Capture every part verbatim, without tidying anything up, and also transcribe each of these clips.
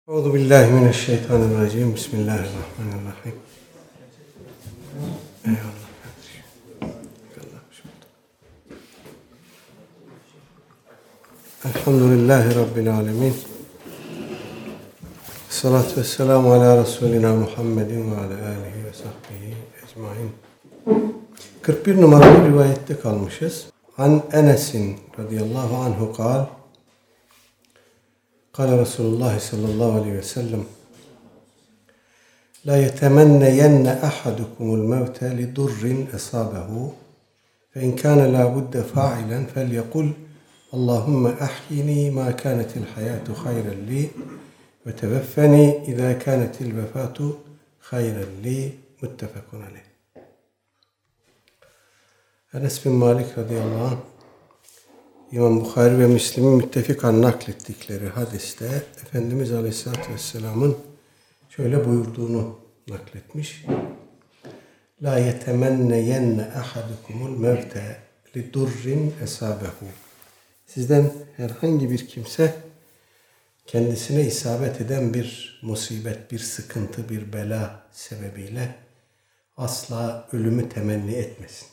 Euzu billahi mineşşeytanirracim. Bismillahirrahmanirrahim. Eyvallah kardeşim. Eyvallah. Elhamdülillahi Rabbil alemin. Salatu vesselamu ala Resulina Muhammedin ve ala alihi ve sahbihi ecmain. kırk bir numaralı rivayette kalmışız. An Enes'in radıyallahu anhu kal. Kale Resulullah sallallahu aleyhi ve sellem La yetemenneyenne ahadukumul mevte li durrin esabehu fe in kâne la budde fa'ilen fel yekul Allahümme ahyini ma kânetil hayatu hayren li ve teveffeni izâ kânetil vefatu hayren li muttefekun aleyh. Enes bin Malik radıyallahu anh İmam Bukhari ve Müslim'in müttefikan naklettikleri hadiste Efendimiz Aleyhisselatü Vesselam'ın şöyle buyurduğunu nakletmiş. La yetemenneyenne ahadukumul mevte li durrin esabehu. Sizden herhangi bir kimse kendisine isabet eden bir musibet, bir sıkıntı, bir bela sebebiyle asla ölümü temenni etmesin.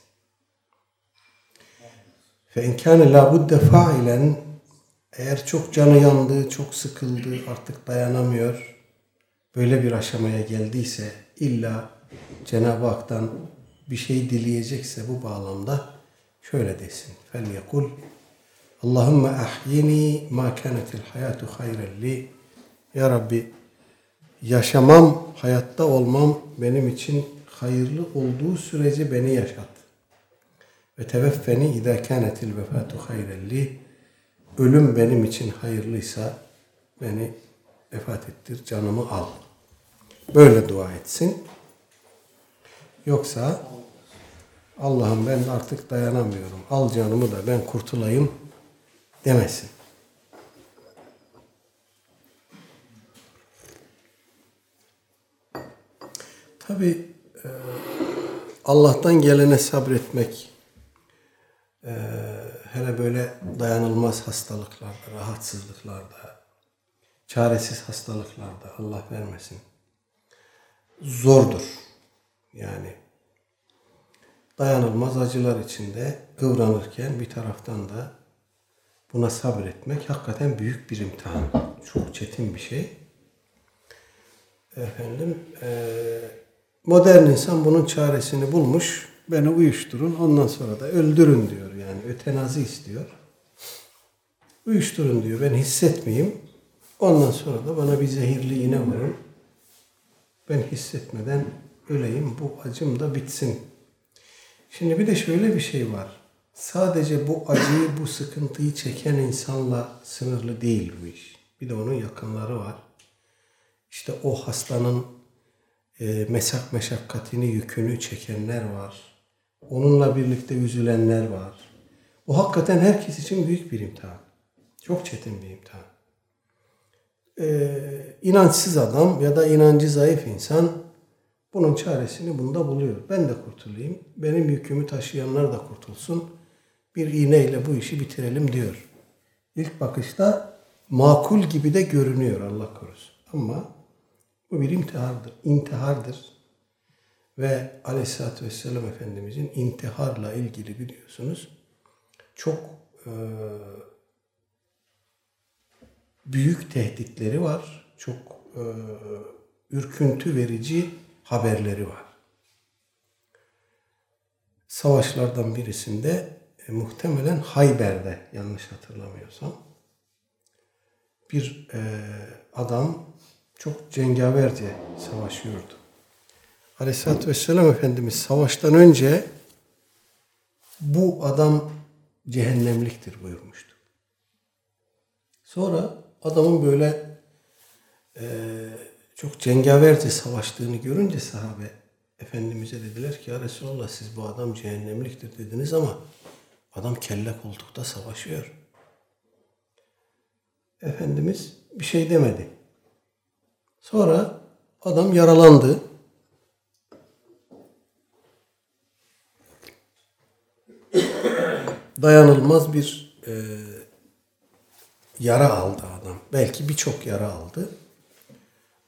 فَاِنْ كَانَ لَا بُدَّ فَاِلًا Eğer çok canı yandı, çok sıkıldı, artık dayanamıyor, böyle bir aşamaya geldiyse, illa Cenab-ı Hak'tan bir şey dileyecekse bu bağlamda şöyle desin. فَلْيَقُلْ Allahümme ahyini ma kânetil hayatu hayren li. Ya Rabbi, yaşamam, hayatta olmam benim için hayırlı olduğu sürece beni yaşat. Ve teveffeni izâ kânetil vefâtu hayren li. Ölüm benim için hayırlıysa beni vefat ettir, canımı al. Böyle dua etsin. Yoksa Allah'ım ben artık dayanamıyorum, al canımı da ben kurtulayım demesin. Tabi Allah'tan gelene sabretmek, Ee, hele böyle dayanılmaz hastalıklarda, rahatsızlıklarda, çaresiz hastalıklarda Allah vermesin. Zordur. Yani dayanılmaz acılar içinde kıvranırken bir taraftan da buna sabretmek hakikaten büyük bir imtihan. Çok çetin bir şey. Efendim, e, modern insan bunun çaresini bulmuş. Beni uyuşturun, ondan sonra da öldürün diyor. Yani ötenazi istiyor. Uyuşturun diyor, ben hissetmeyeyim. Ondan sonra da bana bir zehirli iğne vurun. Ben hissetmeden öleyim, bu acım da bitsin. Şimdi bir de şöyle bir şey var. Sadece bu acıyı, bu sıkıntıyı çeken insanla sınırlı değil bu iş. Bir de onun yakınları var. İşte o hastanın e, mesak meşakkatini, yükünü çekenler var. Onunla birlikte üzülenler var. O hakikaten herkes için büyük bir imtihan. Çok çetin bir imtihan. Ee, inançsız adam ya da inancı zayıf insan bunun çaresini bunda buluyor. Ben de kurtulayım, benim yükümü taşıyanlar da kurtulsun. Bir iğneyle bu işi bitirelim diyor. İlk bakışta makul gibi de görünüyor, Allah korusun. Ama bu bir intihardır. İntihardır. Ve Aleyhisselatü Vesselam Efendimizin intiharla ilgili biliyorsunuz çok e, büyük tehditleri var. Çok e, ürküntü verici haberleri var. Savaşlardan birisinde e, muhtemelen Hayber'de, yanlış hatırlamıyorsam, bir e, adam çok cengaverce savaşıyordu. Aleyhisselatü Vesselam Efendimiz savaştan önce bu adam cehennemliktir buyurmuştu. Sonra adamın böyle e, çok cengaverce savaştığını görünce sahabe Efendimiz'e dediler ki ya Resulallah siz bu adam cehennemliktir dediniz ama adam kelle koltukta savaşıyor. Efendimiz bir şey demedi. Sonra adam yaralandı. Dayanılmaz bir e, yara aldı adam. Belki birçok yara aldı.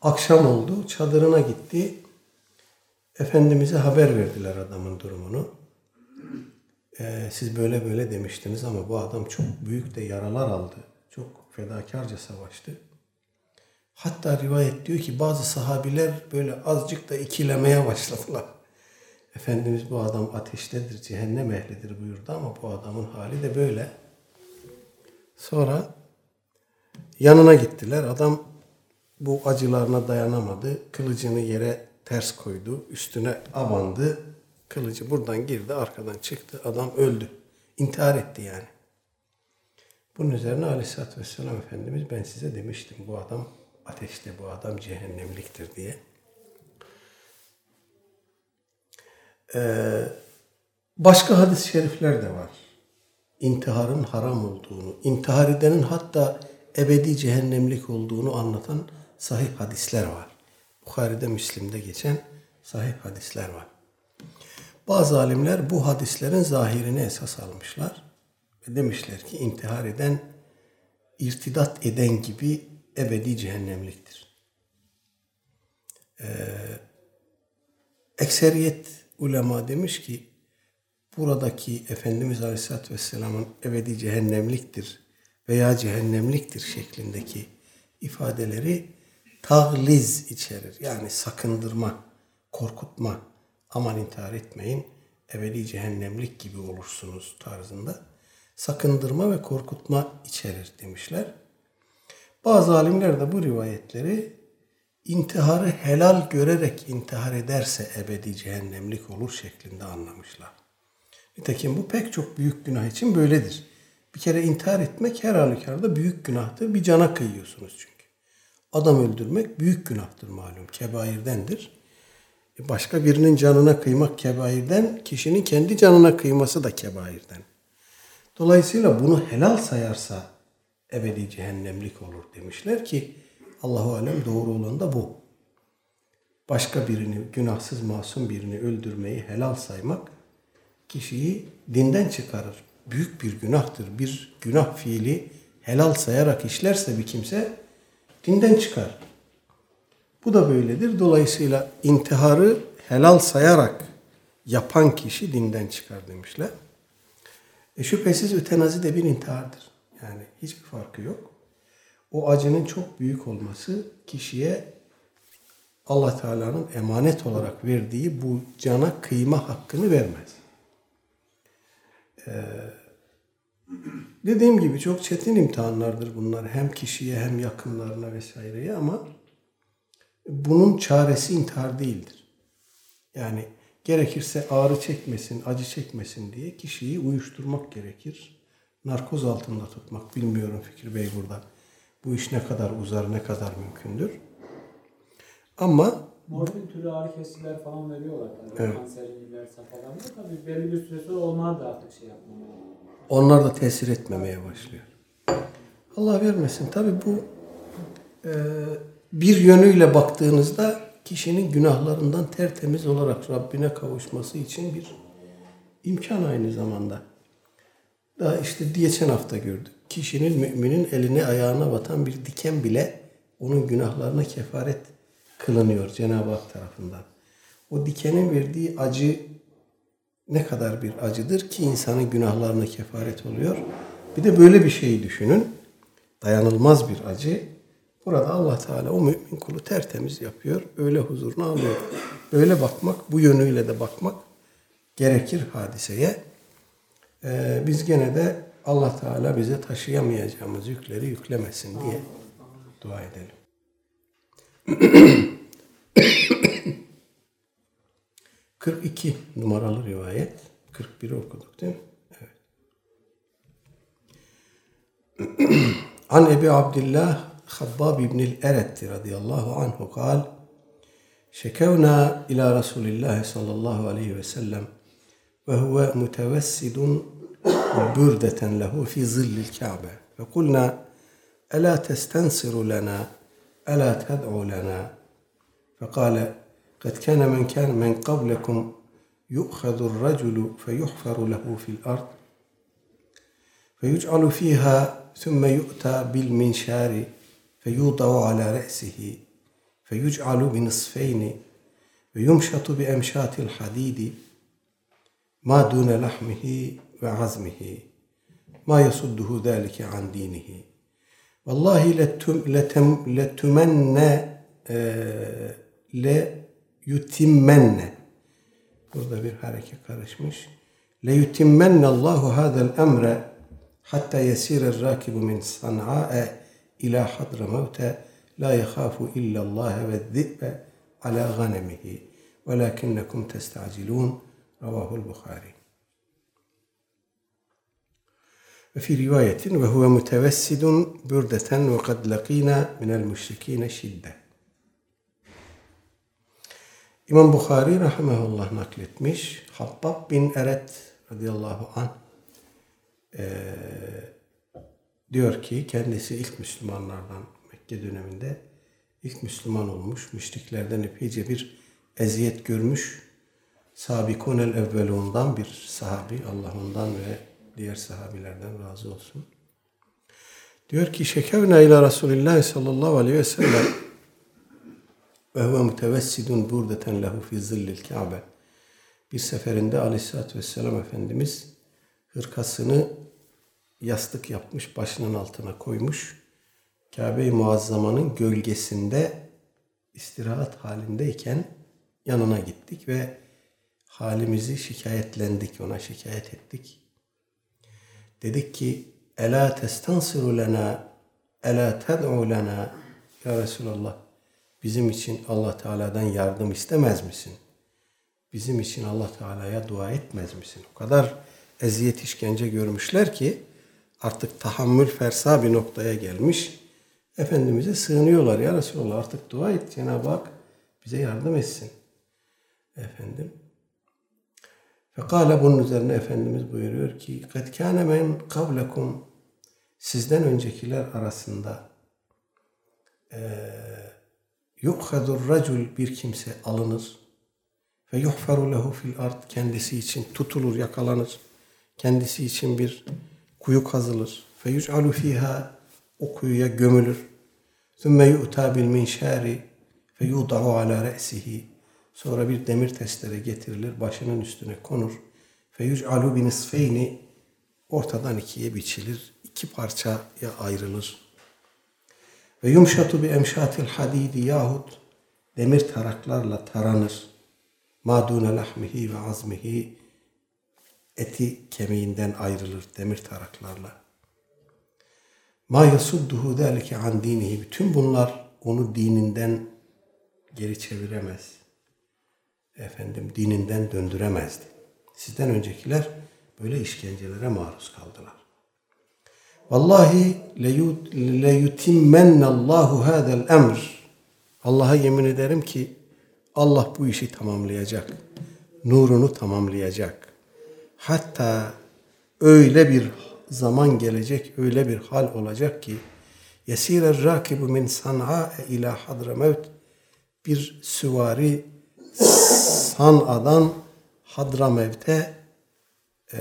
Akşam oldu, çadırına gitti. Efendimiz'e haber verdiler adamın durumunu. Ee, siz böyle böyle demiştiniz ama bu adam çok büyük de yaralar aldı. Çok fedakarca savaştı. Hatta rivayet diyor ki bazı sahabiler böyle azıcık da ikilemeye başladılar. Efendimiz bu adam ateştedir, cehennem ehlidir buyurdu ama bu adamın hali de böyle. Sonra yanına gittiler. Adam bu acılarına dayanamadı. Kılıcını yere ters koydu. Üstüne abandı. Kılıcı buradan girdi, arkadan çıktı. Adam öldü. İntihar etti yani. Bunun üzerine Aleyhisselatü Vesselam Efendimiz ben size demiştim bu adam ateşte, bu adam cehennemliktir diye. Ee, başka hadis-i şerifler de var. İntiharın haram olduğunu, intihar edenin hatta ebedi cehennemlik olduğunu anlatan sahih hadisler var. Bukhari'de, Müslim'de geçen sahih hadisler var. Bazı alimler bu hadislerin zahirini esas almışlar ve demişler ki intihar eden, irtidat eden gibi ebedi cehennemliktir. Ee, ekseriyet ulema demiş ki buradaki Efendimiz Aleyhisselatü Vesselam'ın ebedi cehennemliktir veya cehennemliktir şeklindeki ifadeleri tagliz içerir. Yani sakındırma, korkutma, aman intihar etmeyin, ebedi cehennemlik gibi olursunuz tarzında sakındırma ve korkutma içerir demişler. Bazı alimler de bu rivayetleri intiharı helal görerek intihar ederse ebedi cehennemlik olur şeklinde anlamışlar. Nitekim bu pek çok büyük günah için böyledir. Bir kere intihar etmek her halükarda büyük günahtır. Bir cana kıyıyorsunuz çünkü. Adam öldürmek büyük günahtır malum. Kebairdendir. Başka birinin canına kıymak kebairden, kişinin kendi canına kıyması da kebairden. Dolayısıyla bunu helal sayarsa ebedi cehennemlik olur demişler ki Allahu alem doğru olan da bu. Başka birini, günahsız masum birini öldürmeyi helal saymak kişiyi dinden çıkarır. Büyük bir günahtır. Bir günah fiili helal sayarak işlerse bir kimse dinden çıkar. Bu da böyledir. Dolayısıyla intiharı helal sayarak yapan kişi dinden çıkar demişler. E şüphesiz ötenazi de bir intihardır. Yani hiçbir farkı yok. O acının çok büyük olması kişiye Allah Teala'nın emanet olarak verdiği bu cana kıyma hakkını vermez. Ee, dediğim gibi çok çetin imtihanlardır bunlar. Hem kişiye hem yakınlarına vesaireye ama bunun çaresi intihar değildir. Yani gerekirse ağrı çekmesin, acı çekmesin diye kişiyi uyuşturmak gerekir. Narkoz altında tutmak. Bilmiyorum Fikri Bey burada. Bu iş ne kadar uzar, ne kadar mümkündür. Ama morfin türü ağrı kesiciler falan veriyorlar. Tabii. Evet. Kanser gibiler, safalarında tabii belli bir süre sonra onlar da artık şey yapmıyor. Onlar da tesir etmemeye başlıyor. Allah vermesin. Tabii bu e, bir yönüyle baktığınızda kişinin günahlarından tertemiz olarak Rabbine kavuşması için bir imkan aynı zamanda. Daha işte geçen hafta gördük. Kişinin, müminin eline ayağına batan bir diken bile onun günahlarına kefaret kılınıyor Cenab-ı Hak tarafından. O dikenin verdiği acı ne kadar bir acıdır ki insanın günahlarına kefaret oluyor. Bir de böyle bir şeyi düşünün. Dayanılmaz bir acı. Burada Allah Teala o mümin kulu tertemiz yapıyor. Öyle huzuruna alıyor. Böyle bakmak, bu yönüyle de bakmak gerekir hadiseye. Ee, biz gene de Allah Teala bize taşıyamayacağımız yükleri yüklemesin diye dua edelim. kırk iki numaralı rivayet. kırk biri okuduk değil mi? Evet. An Ebi Abdillah Habbab ibn-i Eretti radıyallahu anhu kal şekevna ila Resulillah sallallahu aleyhi ve sellem ve huve mutevessidun bürdeten lehu fi zillil Ka'be ve kulna ela testensiru lana ela ted'u lana fekale قد كان من كان من قبلكم يؤخذ الرجل فيحفر له في الأرض فيجعل فيها ثم يؤتى بالمنشار فيوضع على رأسه فَيُجْعَلُ بِنِصْفَيْنِ وَيُمْشَطُ بِاَمْشَاتِ الْحَد۪يدِ مَا دُونَ لَحْمِهِ وَعَزْمِهِ مَا يَصُدُّهُ ذَٰلِكَ عَنْ د۪ينِهِ وَاللّٰهِ لَتُمَنَّ لَيُتِمَّنَّ Burada bir hareket karışmış. لَيُتِمَّنَّ اللّٰهُ هَذَا الْاَمْرَ حَتَّى يَسِيرَ الرَّاكِبُ مِنْ صَنْعَاءَ إِلَى حَضْرَمَوْتَ لَا يَخَافُ إِلَّا اللّٰهَ وَالذِّئْبَ عَلَى غَنَمِهِ وَلَكِنَّكُمْ تَسْتَعْجِلُونَ رواه البخاري. وفي رواية وهو متوسد بردة وقد لقينا من المشركين شدة. İmam Bukhari rahimehullah nakletmiş. Habbab bin Eret radıyallahu anh e, diyor ki kendisi ilk Müslümanlardan Mekke döneminde ilk Müslüman olmuş. Müşriklerden epeyce bir eziyet görmüş. Sabikunel evvelundan bir sahabi. Allah ondan ve diğer sahabilerden razı olsun. Diyor ki şekevna ila Resulillah sallallahu aleyhi ve sellem ve huve mutevessidun burdeten lehu fi zillil Kabe. Bir seferinde aleyhissalatü vesselam Efendimiz hırkasını yastık yapmış, başının altına koymuş. Kabe-i Muazzama'nın gölgesinde istirahat halindeyken yanına gittik ve halimizi şikayetlendik, ona şikayet ettik. Dedik ki, Ela testansiru lena, ela ted'u lena, ya Resulallah, bizim için Allah Teala'dan yardım istemez misin? Bizim için Allah Teala'ya dua etmez misin? O kadar eziyet işkence görmüşler ki artık tahammül fersa bir noktaya gelmiş. Efendimiz'e sığınıyorlar. Ya Resulallah artık dua et, Cenab-ı Hak bize yardım etsin. Efendim. Fekale bunun üzerine Efendimiz buyuruyor ki قَدْ كَانَ مَنْ قَبْلَكُمْ sizden öncekiler arasında يُؤْخَذُ الرَّجُلْ bir kimse alınır ve يُحْفَرُ لَهُ فِي الْأَرْضِ kendisi için tutulur, yakalanır. Kendisi için bir kuyu kazılır. فَيُجْعَلُ فِيهَا o kuyuya gömülür. ثُمَّ يُؤْتَى بِالْمِنْشَارِ فَيُوضَعُ عَلَى رَأْسِهِ sonra bir demir testere getirilir, başının üstüne konur. فَيُجْعَلُ بِنِصْفَيْنِ ortadan ikiye biçilir, iki parçaya ayrılır. Ve yumşatu bi emşatil hadidi yahut demir taraklarla taranır. Madune lahmihi ve azmihi eti kemiğinden ayrılır demir taraklarla. Ma yasudduhu zalike an dinihi bütün bunlar onu dininden geri çeviremez. Efendim dininden döndüremezdi. Sizden öncekiler böyle işkencelere maruz kaldılar. Vallahi leyutimmennallahu hadal emr. Allah'a yemin ederim ki Allah bu işi tamamlayacak. Nurunu tamamlayacak. Hatta öyle bir zaman gelecek, öyle bir hal olacak ki yesirer rakibu min San'a ila Hadramevt bir süvari San'a'dan Hadramevt'e e,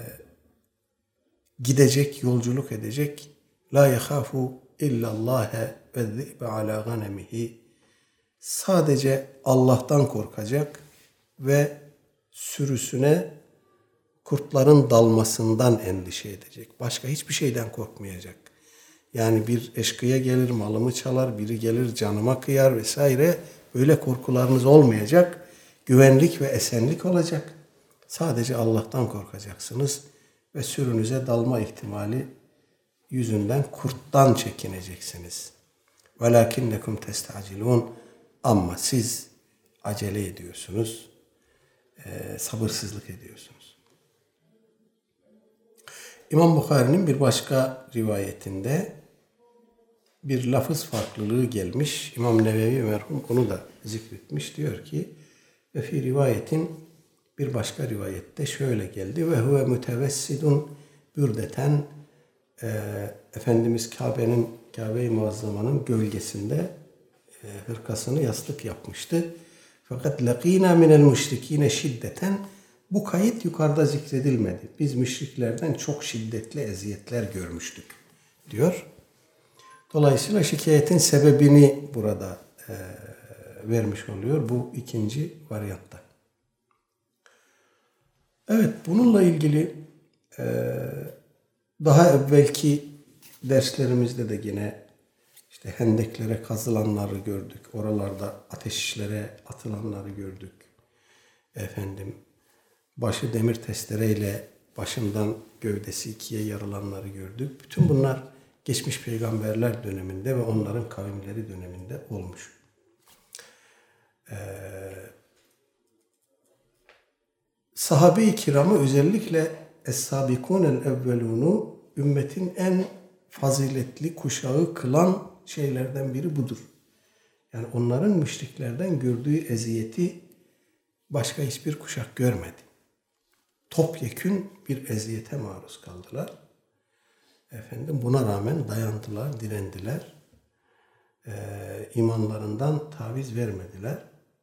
gidecek, yolculuk edecek. La yehafu illallâhe ve zi'be ala ganemihi. Sadece Allah'tan korkacak ve sürüsüne kurtların dalmasından endişe edecek. Başka hiçbir şeyden korkmayacak. Yani bir eşkıya gelir, malımı çalar, biri gelir, canıma kıyar vesaire. Böyle korkularınız olmayacak. Güvenlik ve esenlik olacak. Sadece Allah'tan korkacaksınız ve sürünüze dalma ihtimali yüzünden kurttan çekineceksiniz. وَلَاكِنَّكُمْ تَسْتَعْجِلُونَ ama siz acele ediyorsunuz, e, sabırsızlık ediyorsunuz. İmam Bukhari'nin bir başka rivayetinde bir lafız farklılığı gelmiş. İmam Nevevi merhum onu da zikretmiş. Diyor ki ve fi rivayetin bir başka rivayette şöyle geldi. Ve huve mütevessidun bürdeten e, Efendimiz Kabe'nin Kabe-i Muazzama'nın gölgesinde e, hırkasını yastık yapmıştı. Fakat laqina minel müşrikine şiddeten bu kayıt yukarıda zikredilmedi. Biz müşriklerden çok şiddetli eziyetler görmüştük diyor. Dolayısıyla şikayetin sebebini burada e, vermiş oluyor bu ikinci varyatta. Evet, bununla ilgili e, daha evvelki derslerimizde de yine işte hendeklere kazılanları gördük. Oralarda ateşlere atılanları gördük. Efendim, başı demir testereyle başından gövdesi ikiye yarılanları gördük. Bütün bunlar geçmiş peygamberler döneminde ve onların kavimleri döneminde olmuş. Ee, Sahabe-i kiramı özellikle Es-Sabikûnel evvelûnü ümmetin en faziletli kuşağı kılan şeylerden biri budur. Yani onların müşriklerden gördüğü eziyeti başka hiçbir kuşak görmedi. Topyekün bir eziyete maruz kaldılar. Efendim, buna rağmen dayandılar, direndiler. Ee, imanlarından taviz vermediler.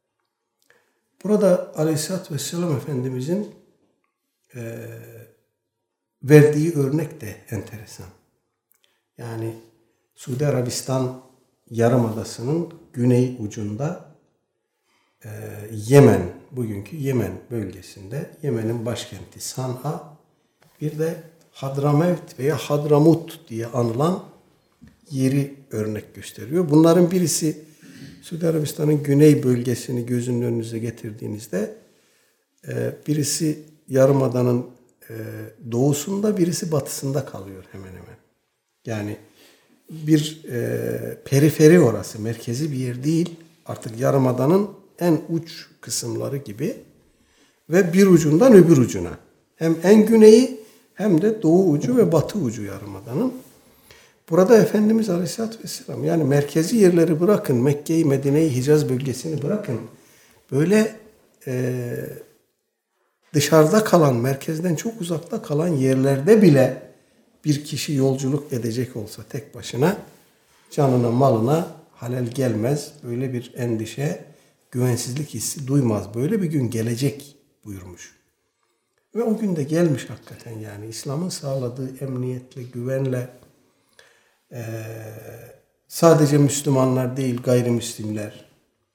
Burada Aleyhisselatü Vesselam Efendimizin e, verdiği örnek de enteresan. Yani Suudi Arabistan Yarımadası'nın güney ucunda e, Yemen, bugünkü Yemen bölgesinde, Yemen'in başkenti San'a, bir de Hadramevt veya Hadramut diye anılan yeri örnek gösteriyor. Bunların birisi, Suudi Arabistan'ın güney bölgesini gözünün önünüze getirdiğinizde e, birisi Yarımada'nın e, doğusunda, birisi batısında kalıyor hemen hemen. Yani bir e, periferi orası, merkezi bir yer değil. Artık Yarımada'nın en uç kısımları gibi ve bir ucundan öbür ucuna. Hem en güneyi hem de doğu ucu ve batı ucu Yarımada'nın. Burada Efendimiz Aleyhisselatü Vesselam, yani merkezi yerleri bırakın, Mekke'yi, Medine'yi, Hicaz bölgesini bırakın. Böyle e, dışarıda kalan, merkezden çok uzakta kalan yerlerde bile bir kişi yolculuk edecek olsa tek başına canına malına halel gelmez. Böyle bir endişe, güvensizlik hissi duymaz. Böyle bir gün gelecek buyurmuş. Ve o gün de gelmiş hakikaten, yani İslam'ın sağladığı emniyetle, güvenle e, sadece Müslümanlar değil, gayrimüslimler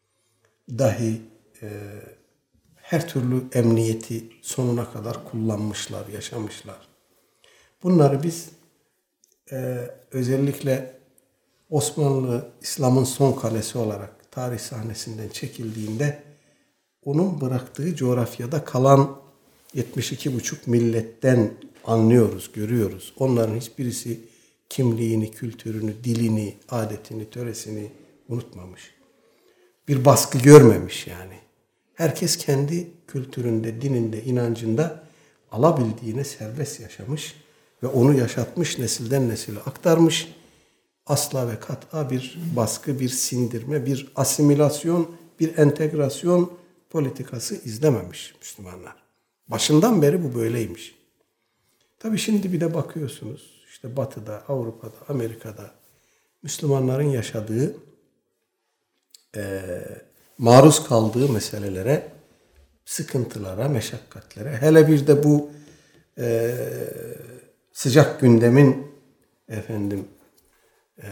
dahi e, her türlü emniyeti sonuna kadar kullanmışlar, yaşamışlar. Bunları biz e, özellikle Osmanlı İslam'ın son kalesi olarak tarih sahnesinden çekildiğinde onun bıraktığı coğrafyada kalan yetmiş iki buçuk milletten anlıyoruz, görüyoruz. Onların hiçbirisi kimliğini, kültürünü, dilini, adetini, töresini unutmamış. Bir baskı görmemiş yani. Herkes kendi kültüründe, dininde, inancında alabildiğine serbest yaşamış ve onu yaşatmış, nesilden nesile aktarmış. Asla ve kat'a bir baskı, bir sindirme, bir asimilasyon, bir entegrasyon politikası izlememiş Müslümanlar. Başından beri bu böyleymiş. Tabii şimdi bir de bakıyorsunuz, işte Batı'da, Avrupa'da, Amerika'da Müslümanların yaşadığı, e, maruz kaldığı meselelere, sıkıntılara, meşakkatlere, hele bir de bu e, sıcak gündemin efendim e,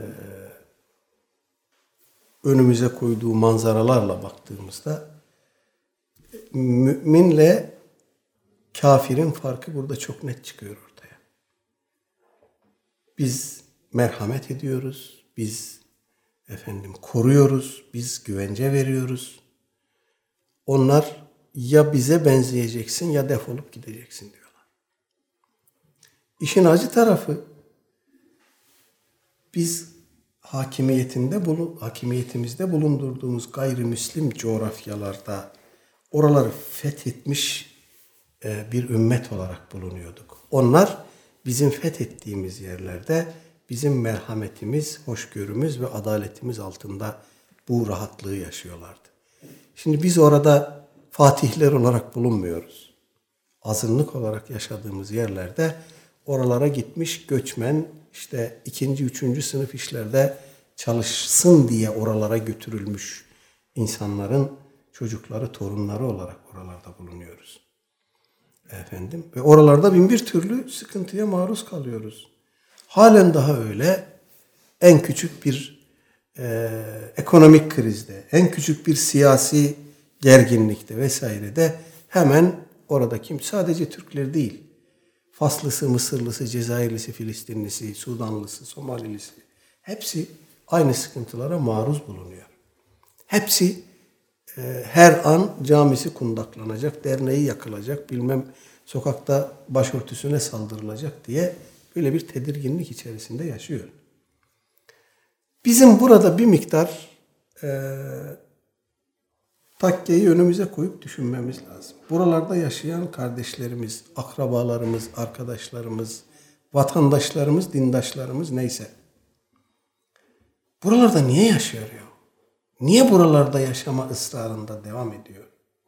önümüze koyduğu manzaralarla baktığımızda müminle kafirin farkı burada çok net çıkıyor ortaya. Biz merhamet ediyoruz, biz efendim koruyoruz, biz güvence veriyoruz. Onlar ya bize benzeyeceksin ya defolup gideceksin diyorlar. İşin acı tarafı, biz hakimiyetinde bulun, hakimiyetimizde bulundurduğumuz gayrimüslim coğrafyalarda oraları fethetmiş e, bir ümmet olarak bulunuyorduk. Onlar bizim fethettiğimiz yerlerde bizim merhametimiz, hoşgörümüz ve adaletimiz altında bu rahatlığı yaşıyorlardı. Şimdi biz orada fatihler olarak bulunmuyoruz. Azınlık olarak yaşadığımız yerlerde oralara gitmiş göçmen, işte ikinci, üçüncü sınıf işlerde çalışsın diye oralara götürülmüş insanların çocukları, torunları olarak oralarda bulunuyoruz. Efendim, ve oralarda bin bir türlü sıkıntıya maruz kalıyoruz. Halen daha öyle. En küçük bir e, ekonomik krizde, en küçük bir siyasi gerginlikte vesairede hemen oradaki sadece Türkler değil, Faslısı, Mısırlısı, Cezayirlisi, Filistinlisi, Sudanlısı, Somalilisi hepsi aynı sıkıntılara maruz bulunuyor. Hepsi e, her an camisi kundaklanacak, derneği yakılacak, bilmem sokakta başörtüsüne saldırılacak diye böyle bir tedirginlik içerisinde yaşıyor. Bizim burada bir miktar e, takkeyi önümüze koyup düşünmemiz lazım. Buralarda yaşayan kardeşlerimiz, akrabalarımız, arkadaşlarımız, vatandaşlarımız, dindaşlarımız neyse. Buralarda niye yaşıyor ya? Niye buralarda yaşama ısrarında devam ediyor?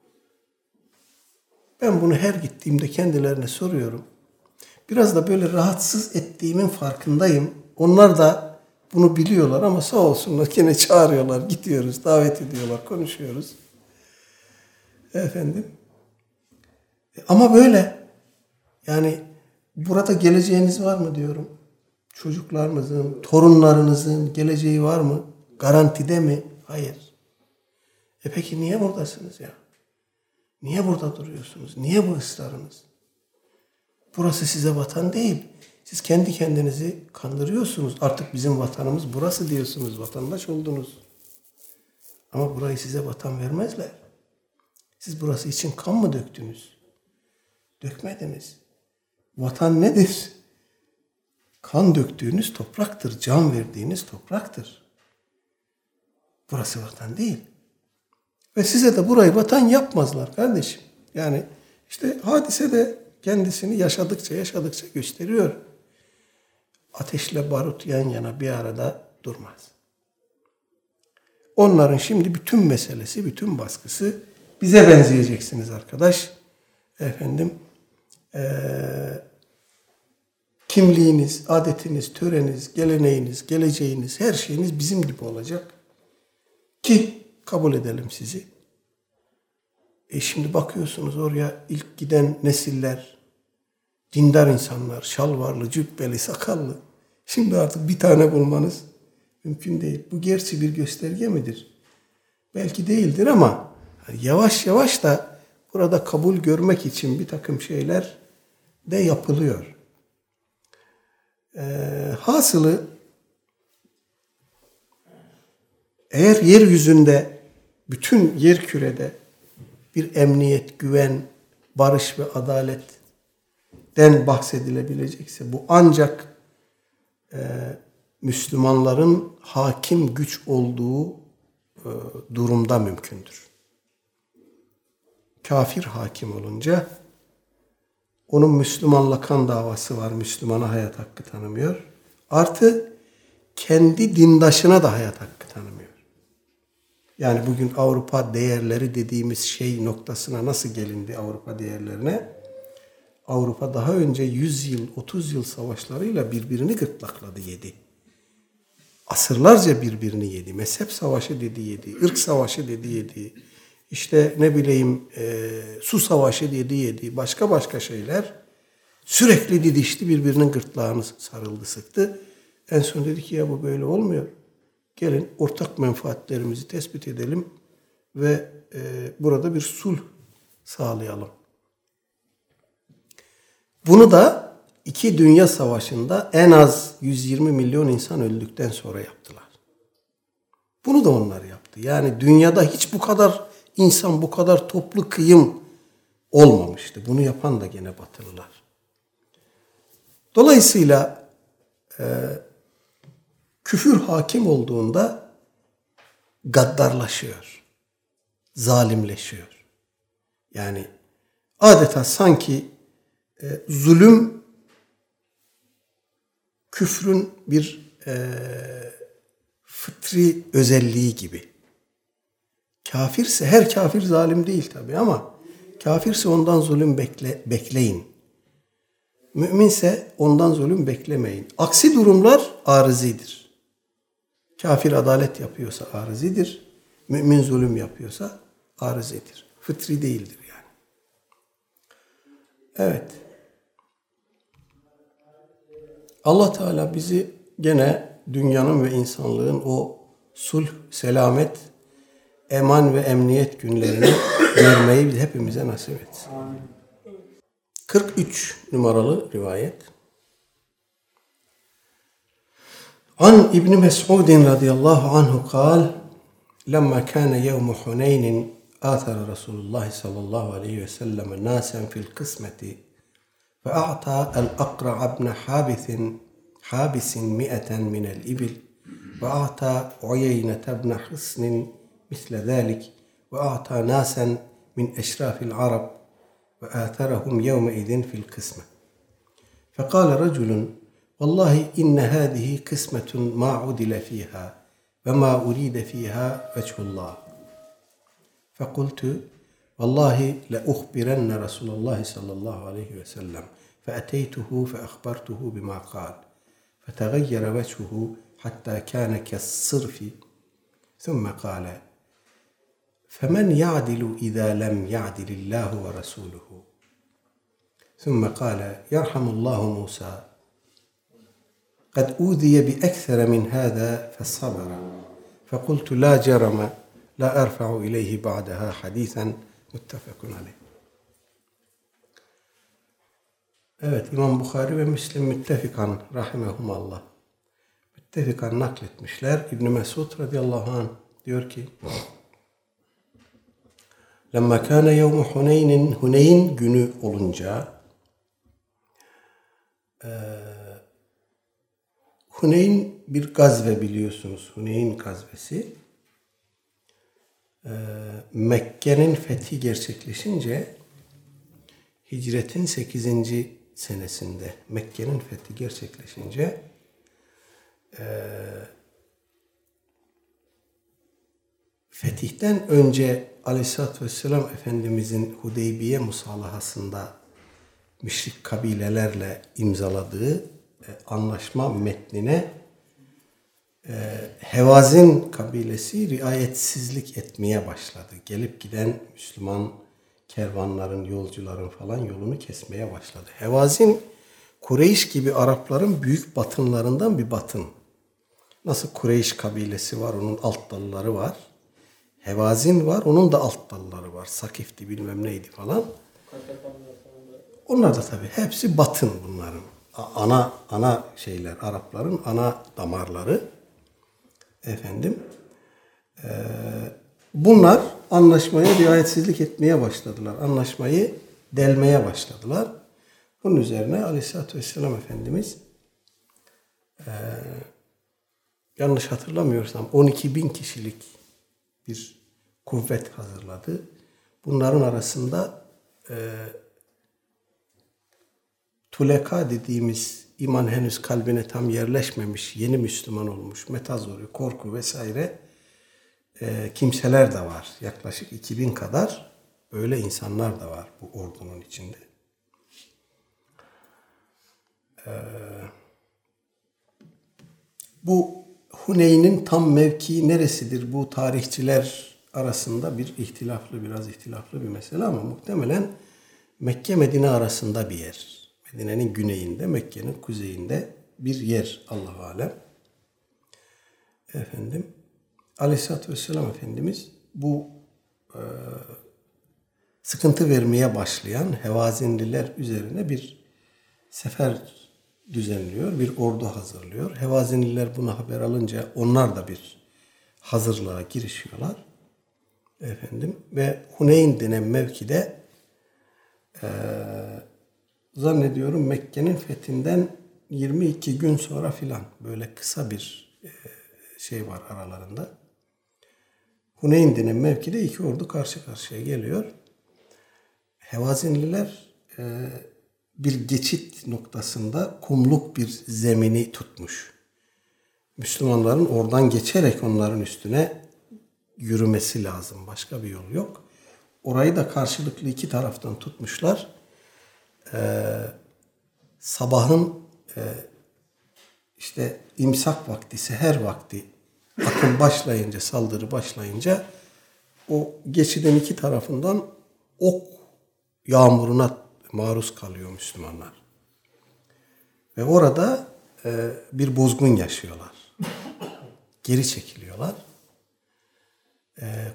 Ben bunu her gittiğimde kendilerine soruyorum. Biraz da böyle rahatsız ettiğimin farkındayım. Onlar da bunu biliyorlar ama sağ olsunlar yine çağırıyorlar, gidiyoruz, davet ediyorlar, konuşuyoruz. Efendim. Ama böyle. Yani burada geleceğiniz var mı diyorum. Çocuklarınızın, torunlarınızın geleceği var mı? Garantide mi? Hayır. E peki niye buradasınız ya? Niye burada duruyorsunuz? Niye bu ısrarınız? Burası size vatan değil. Siz kendi kendinizi kandırıyorsunuz. Artık bizim vatanımız burası diyorsunuz. Vatandaş oldunuz. Ama burayı size vatan vermezler. Siz burası için kan mı döktünüz? Dökmediniz. Vatan nedir? Kan döktüğünüz topraktır. Can verdiğiniz topraktır. Burası vatan değil. Ve size de burayı vatan yapmazlar kardeşim. Yani işte hadise de kendisini yaşadıkça yaşadıkça gösteriyor. Ateşle barut yan yana bir arada durmaz. Onların şimdi bütün meselesi, bütün baskısı bize benzeyeceksiniz arkadaş. Efendim, ee, kimliğiniz, adetiniz, töreniniz, geleneğiniz, geleceğiniz, her şeyiniz bizim gibi olacak. Ki kabul edelim sizi. E şimdi bakıyorsunuz oraya ilk giden nesiller, dindar insanlar, şalvarlı, cübbeli, sakallı. Şimdi artık bir tane bulmanız mümkün değil. Bu gerçi bir gösterge midir? Belki değildir ama yavaş yavaş da burada kabul görmek için bir takım şeyler de yapılıyor. E, hasılı eğer yeryüzünde, bütün yer kürede bir emniyet, güven, barış ve adaletten bahsedilebilecekse bu ancak e, Müslümanların hakim güç olduğu e, durumda mümkündür. Kafir hakim olunca onun Müslümanla kan davası var. Müslümana hayat hakkı tanımıyor. Artı kendi dindaşına da hayat hakkı tanımıyor. Yani bugün Avrupa değerleri dediğimiz şey noktasına nasıl gelindi Avrupa değerlerine? Avrupa daha önce yüz yıl, otuz yıl savaşlarıyla birbirini gırtlakladı, yedi. Asırlarca birbirini yedi. Mezhep savaşı dedi yedi. Irk savaşı dedi yedi. İşte ne bileyim e, su savaşı dedi yedi. Başka başka şeyler sürekli didişti, birbirinin gırtlağını sarıldı, sıktı. En son dedi ki ya bu böyle olmuyor. Gelin ortak menfaatlerimizi tespit edelim ve e, burada bir sulh sağlayalım. Bunu da iki dünya savaşında en az yüz yirmi milyon insan öldükten sonra yaptılar. Bunu da onlar yaptı. Yani dünyada hiç bu kadar insan, bu kadar toplu kıyım olmamıştı. Bunu yapan da gene Batılılar. Dolayısıyla e, küfür hakim olduğunda gaddarlaşıyor, zalimleşiyor. Yani adeta sanki e, zulüm küfrün bir e, fıtri özelliği gibi. Kafirse, her kafir zalim değil tabii ama kafirse ondan zulüm bekle, bekleyin. Müminse ondan zulüm beklemeyin. Aksi durumlar arızidir. Kafir adalet yapıyorsa arızidir. Mümin zulüm yapıyorsa arızidir. Fıtri değildir yani. Evet. Allah Teala bizi gene dünyanın ve insanlığın o sulh, selamet, eman ve emniyet günlerini görmeyi hepimize nasip etsin. Amin. kırk üç numaralı rivayet. An İbn Mes'ud radıyallahu anhu kal: "Lemma kana yevm Huneyn athara Resulullah sallallahu aleyhi ve sellem nasen fil kısmeti fe a'ta el-Aqra' ibn Habis Habis mi'eten min el-ibil ve a'ta Uyeyne ibn Hisn misle zalik ve a'ta nasen min eşrafil Arab ve atharahum yevme idin fil kısme. Fekale raculun vallahi inne hâzihi kısmetun ma udile fiha ve ma uride fiha veçhullah. Fekultu vallahi le uhbirenne Resulullah sallallahu aleyhi ve sellem feeteytuhu feahbartuhu bima kal. Fetegayyere veçhuhu hatta kâne kessırfi. Thumme kâle فمن يعدل إذا لم يعدل الله ورسوله ثم قال يرحم الله موسى قد أوذي بأكثر من هذا فصبر فقلت لا جرم لا أرفع إليه بعدها حديثا متفق عليه. Evet, İmam Bukhari ve Müslim müttefikan rahimehumallah müttefikan nakletmişler. İbn Mesud radıyallahu anh diyor ki Lemma kana yevmu Huneyn'in Huneyn günü olunca e, Huneyn bir gazve biliyorsunuz. Huneyn gazvesi e, Mekke'nin fethi gerçekleşince hicretin sekizinci senesinde Mekke'nin fethi gerçekleşince e, fetihten önce Aleyhisselatü Vesselam Efendimizin Hudeybiye musalahasında müşrik kabilelerle imzaladığı e, anlaşma metnine e, Hevazin kabilesi riayetsizlik etmeye başladı. Gelip giden Müslüman kervanların, yolcuların falan yolunu kesmeye başladı. Hevazin, Kureyş gibi Arapların büyük batınlarından bir batın. Nasıl Kureyş kabilesi var, onun alt dalları var. Hevazin var, onun da alt dalları var. Sakif'ti, bilmem neydi falan. Onlar da tabii hepsi batın bunların. Ana ana şeyler, Arapların ana damarları. Efendim. Ee, bunlar anlaşmaya riayetsizlik etmeye başladılar. Anlaşmayı delmeye başladılar. Bunun üzerine Aleyhisselatü Vesselam Efendimiz e, yanlış hatırlamıyorsam on iki bin kişilik bir kuvvet hazırladı. Bunların arasında e, tuleka dediğimiz iman henüz kalbine tam yerleşmemiş, yeni Müslüman olmuş, metazori, korku vesaire e, kimseler de var. Yaklaşık iki bin kadar böyle insanlar da var bu ordunun içinde. E, bu Huneyn'in tam mevkii neresidir? Bu tarihçiler arasında bir ihtilaflı, biraz ihtilaflı bir mesele ama muhtemelen Mekke-Medine arasında bir yer. Medine'nin güneyinde, Mekke'nin kuzeyinde bir yer Allah-u Alem. Efendim, Aleyhisselatü Vesselam Efendimiz bu e, sıkıntı vermeye başlayan Hevazinliler üzerine bir sefer düzenliyor, bir ordu hazırlıyor. Hevazinliler bunu haber alınca onlar da bir hazırlığa girişiyorlar. Efendim ve Huneyn denen mevkide e, zannediyorum Mekke'nin fethinden yirmi iki gün sonra filan böyle kısa bir e, şey var aralarında. Huneyn denen mevkide iki ordu karşı karşıya geliyor. Hevazinliler e, bir geçit noktasında kumluk bir zemini tutmuş. Müslümanların oradan geçerek onların üstüne yürümesi lazım. Başka bir yol yok. Orayı da karşılıklı iki taraftan tutmuşlar. Ee, sabahın e, işte imsak vakti, seher vakti akım başlayınca, saldırı başlayınca o geçidin iki tarafından ok yağmuruna maruz kalıyor Müslümanlar. Ve orada e, bir bozgun yaşıyorlar. Geri çekiliyorlar.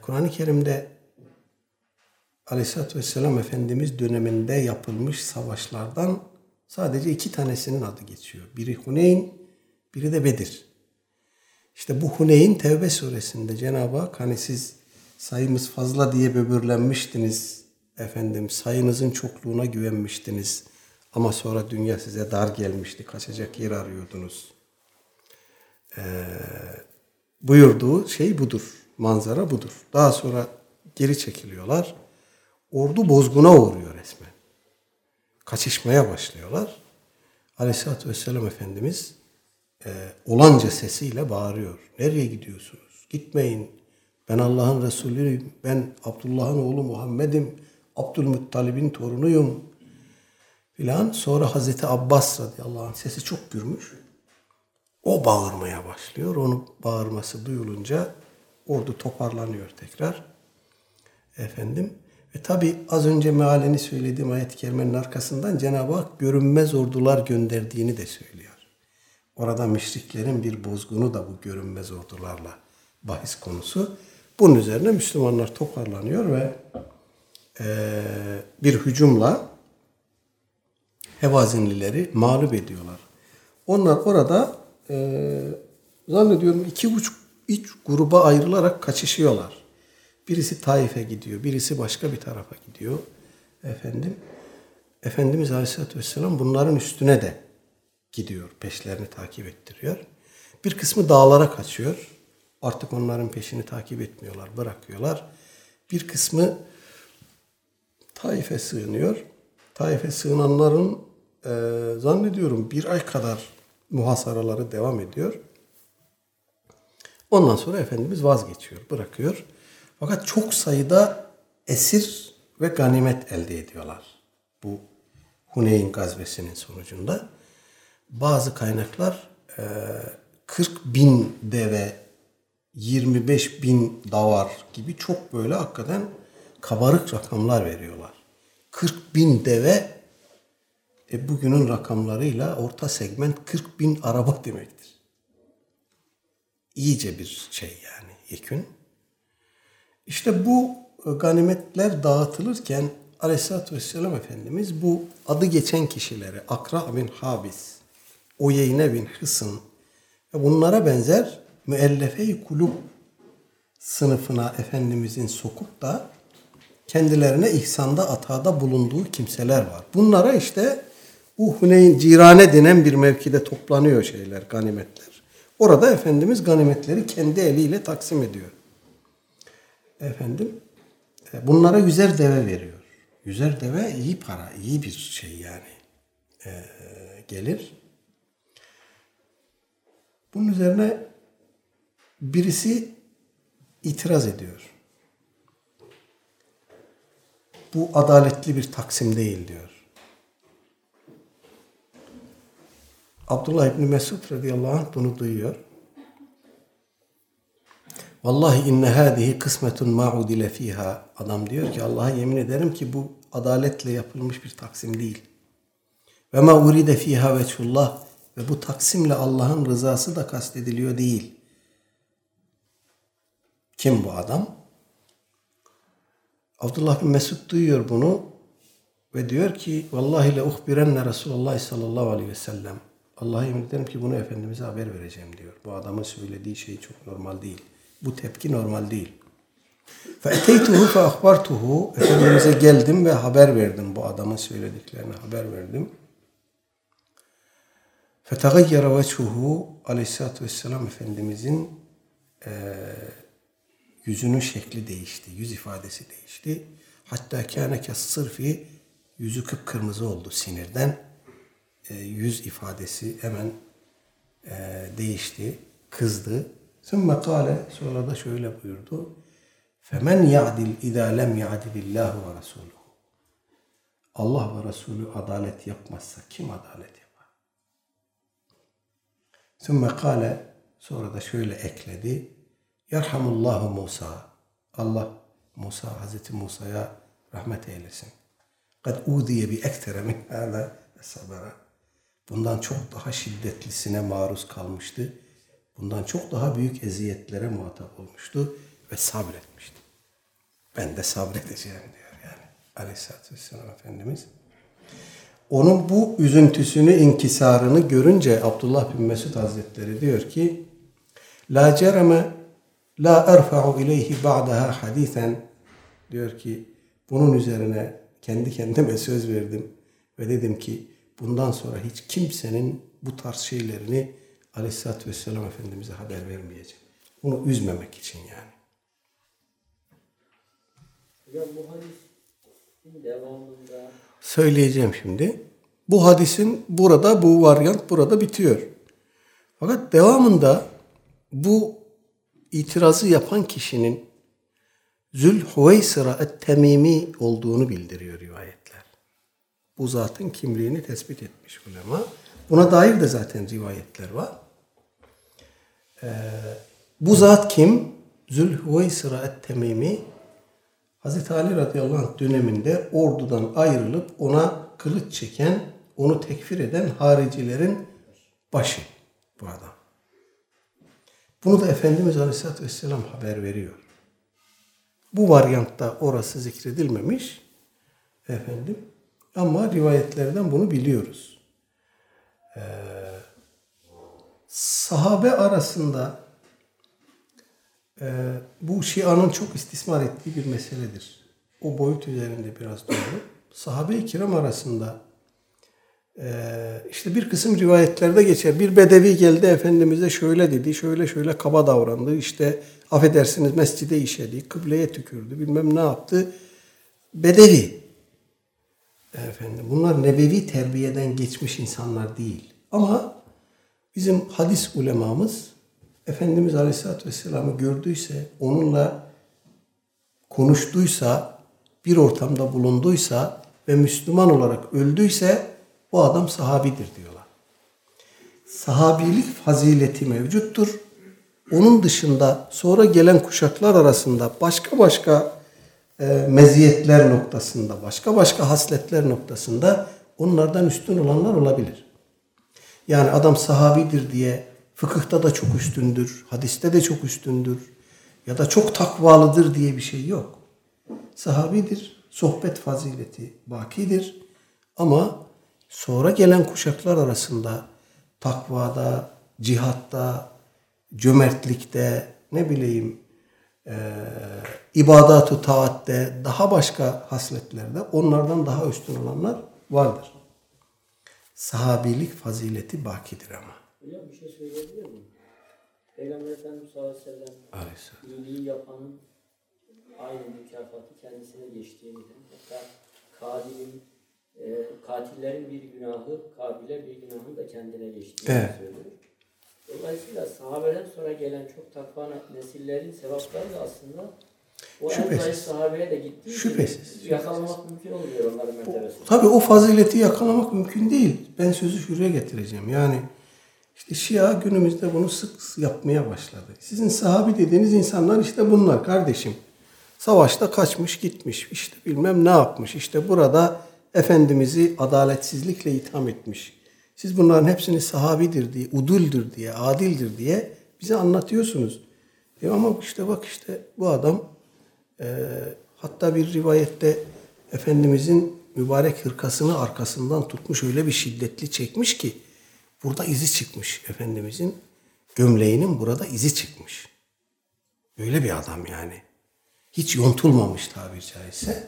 Kur'an-ı Kerim'de Aleyhisselatü Vesselam Efendimiz döneminde yapılmış savaşlardan sadece iki tanesinin adı geçiyor. Biri Huneyn, biri de Bedir. İşte bu Huneyn Tevbe suresinde Cenab-ı Hak hani siz sayımız fazla diye böbürlenmiştiniz efendim, sayınızın çokluğuna güvenmiştiniz ama sonra dünya size dar gelmişti, kaçacak yer arıyordunuz. Ee, buyurduğu şey budur, manzara budur. Daha sonra geri çekiliyorlar. Ordu bozguna uğruyor resmen. Kaçışmaya başlıyorlar. Aleyhisselatü Vesselam Efendimiz e, olanca sesiyle bağırıyor. Nereye gidiyorsunuz? Gitmeyin. Ben Allah'ın Resulüyüm. Ben Abdullah'ın oğlu Muhammed'im. Abdülmuttalib'in torunuyum. Filan. Sonra Hazreti Abbas radıyallahu anh sesi çok gürmüş. O bağırmaya başlıyor. Onun bağırması duyulunca ordu toparlanıyor tekrar. Efendim. Ve tabi az önce mealini söylediğim ayet-i kerimenin arkasından Cenab-ı Hak görünmez ordular gönderdiğini de söylüyor. Orada müşriklerin bir bozgunu da bu görünmez ordularla bahis konusu. Bunun üzerine Müslümanlar toparlanıyor ve e, bir hücumla Hevazinlileri mağlup ediyorlar. Onlar orada e, zannediyorum iki buçuk üç gruba ayrılarak kaçışıyorlar. Birisi Taif'e gidiyor, birisi başka bir tarafa gidiyor. Efendim, Efendimiz Aleyhisselatü Vesselam bunların üstüne de gidiyor, peşlerini takip ettiriyor. Bir kısmı dağlara kaçıyor. Artık onların peşini takip etmiyorlar, bırakıyorlar. Bir kısmı Taif'e sığınıyor. Taif'e sığınanların e, zannediyorum bir ay kadar muhasaraları devam ediyor. Ondan sonra Efendimiz vazgeçiyor, bırakıyor. Fakat çok sayıda esir ve ganimet elde ediyorlar. Bu Huneyn gazvesinin sonucunda. Bazı kaynaklar kırk bin deve, yirmi beş bin davar gibi çok böyle hakikaten kabarık rakamlar veriyorlar. kırk bin deve e bugünün rakamlarıyla orta segment kırk bin araba demektir. İyice bir şey yani yekün. İşte bu ganimetler dağıtılırken Aleyhisselatü Vesselam Efendimiz bu adı geçen kişilere Akra bin Habis, Uyeyne bin Hısın ve bunlara benzer müellefe-i kulub sınıfına Efendimizin sokup da kendilerine ihsanda atada bulunduğu kimseler var. Bunlara işte bu Huneyn Cirane denen bir mevkide toplanıyor şeyler, ganimetler. Orada Efendimiz ganimetleri kendi eliyle taksim ediyor. Efendim, bunlara yüzer deve veriyor. Yüzer deve iyi para, iyi bir şey yani ee, gelir. Bunun üzerine birisi itiraz ediyor. Bu adaletli bir taksim değil diyor. Abdullah İbni Mesud radıyallahu anh bunu duyuyor. Vallahi inne hâzihi kısmetun ma'udile fiha. Adam diyor ki Allah'a yemin ederim ki bu adaletle yapılmış bir taksim değil. Ve ma uride fiha veçhullah. Ve bu taksimle Allah'ın rızası da kastediliyor değil. Kim bu adam? Abdullah bin Mesud duyuyor bunu ve diyor ki vallahi le uhbirenne Resulullah sallallahu aleyhi ve sellem. Allah'a yemin ederim ki bunu Efendimiz'e haber vereceğim diyor. Bu adamın söylediği şey çok normal değil. Bu tepki normal değil. فَاَتَيْتُهُ فَاَخْبَرْتُهُ Efendimiz'e geldim ve haber verdim. Bu adamın söylediklerine haber verdim. فَتَغَيَّرَ وَجْهُهُ Aleyhisselatü Vesselam Efendimiz'in e, yüzünün şekli değişti. Yüz ifadesi değişti. Hatta kâne kes-sırfi yüzü kıpkırmızı oldu sinirden. E, yüz ifadesi hemen e, değişti. Kızdı. Sümme kâle sonra da şöyle buyurdu. Femen ya'dil idâ lem ya'dilillâhu ve rasûluhu. Allah ve Resulü adalet yapmazsa kim adalet yapar? Sümme kâle sonra da şöyle ekledi. Yerhamullahu Musa. Allah Musa Hazreti Musa'ya rahmet eylesin. Kad udiye bi ektere min hâzâ sabara. Bundan çok daha şiddetlisine maruz kalmıştı. Bundan çok daha büyük eziyetlere muhatap olmuştu ve sabretmişti. Ben de sabredeceğim diyor yani Aleyhisselatü Vesselam Efendimiz. Onun bu üzüntüsünü, inkisarını görünce Abdullah bin Mesud Hazretleri diyor ki La cereme la erfa'u ileyhi ba'daha hadisen diyor ki bunun üzerine kendi kendime söz verdim ve dedim ki bundan sonra hiç kimsenin bu tarz şeylerini Aleyhisselatü Vesselam Efendimiz'e haber vermeyeceğim. Bunu üzmemek için yani. Hocam bu hadisin devamında Söyleyeceğim şimdi. Bu hadisin burada, bu varyant burada bitiyor. Fakat devamında bu itirazı yapan kişinin Zülhüveysira et-Temimi olduğunu bildiriyor rivayetler. Bu zatın kimliğini tespit etmiş ulema. Buna dair de zaten rivayetler var. Ee, bu zat kim? Zülhüveysira et-Temimi Hazreti Ali radıyallahu anh döneminde ordudan ayrılıp ona kılıç çeken, onu tekfir eden haricilerin başı bu adam. Bunu da Efendimiz Aleyhisselatü Vesselam haber veriyor. Bu varyantta orası zikredilmemiş efendim. Ama rivayetlerden bunu biliyoruz. Ee, sahabe arasında e, bu Şia'nın çok istismar ettiği bir meseledir. O boyut üzerinde biraz doğru. Sahabe-i kiram arasında e, işte bir kısım rivayetlerde geçer. Bir bedevi geldi Efendimiz'e şöyle dedi, şöyle şöyle kaba davrandı. İşte affedersiniz mescide işedi, kıbleye tükürdü, bilmem ne yaptı. Bedevi. Efendim, bunlar nebevi terbiyeden geçmiş insanlar değil. Ama bizim hadis ulemamız Efendimiz Aleyhisselatü Vesselam'ı gördüyse, onunla konuştuysa, bir ortamda bulunduysa ve Müslüman olarak öldüyse bu adam sahabidir diyorlar. Sahabilik fazileti mevcuttur. Onun dışında sonra gelen kuşaklar arasında başka başka e, meziyetler noktasında, başka başka hasletler noktasında onlardan üstün olanlar olabilir. Yani adam sahabidir diye fıkıhta da çok üstündür, hadiste de çok üstündür ya da çok takvalıdır diye bir şey yok. Sahabidir, sohbet fazileti bakidir ama sonra gelen kuşaklar arasında takvada, cihatta, cömertlikte, ne bileyim e, ibadat-ı taatte, daha başka hasletlerde onlardan daha üstün olanlar vardır. Sahabilik fazileti bakidir ama. hocam bir şey söyleyebilir miyim? Peygamber Efendimiz sallallahu aleyhi ve sellem Aleyhisselam. iyiliği yapanın aynı mükafatı kendisine geçtiğini, hatta katilin, e, katillerin bir günahı, Kabil'e bir günahın da kendine geçtiğini Evet. söylüyor. Dolayısıyla sahabeden sonra gelen çok takva nesillerin sevapları da aslında o en Şüphesiz. zayıf sahabeye de gittiği için Şüphesiz. yakalamak mümkün oluyor onların mertebesi. Tabii o fazileti yakalamak mümkün değil. Ben sözü şuraya getireceğim. Yani işte Şia günümüzde bunu sık yapmaya başladı. Sizin sahabi dediğiniz insanlar işte bunlar kardeşim. Savaşta kaçmış gitmiş. İşte bilmem ne yapmış. İşte burada Efendimiz'i adaletsizlikle itham etmiş. Siz bunların hepsini sahabidir diye, uduldür diye, adildir diye bize anlatıyorsunuz. E ama işte bak işte bu adam e, hatta bir rivayette Efendimizin mübarek hırkasını arkasından tutmuş öyle bir şiddetli çekmiş ki burada izi çıkmış. Efendimizin gömleğinin burada izi çıkmış. Böyle bir adam yani. Hiç yontulmamış tabiri caizse.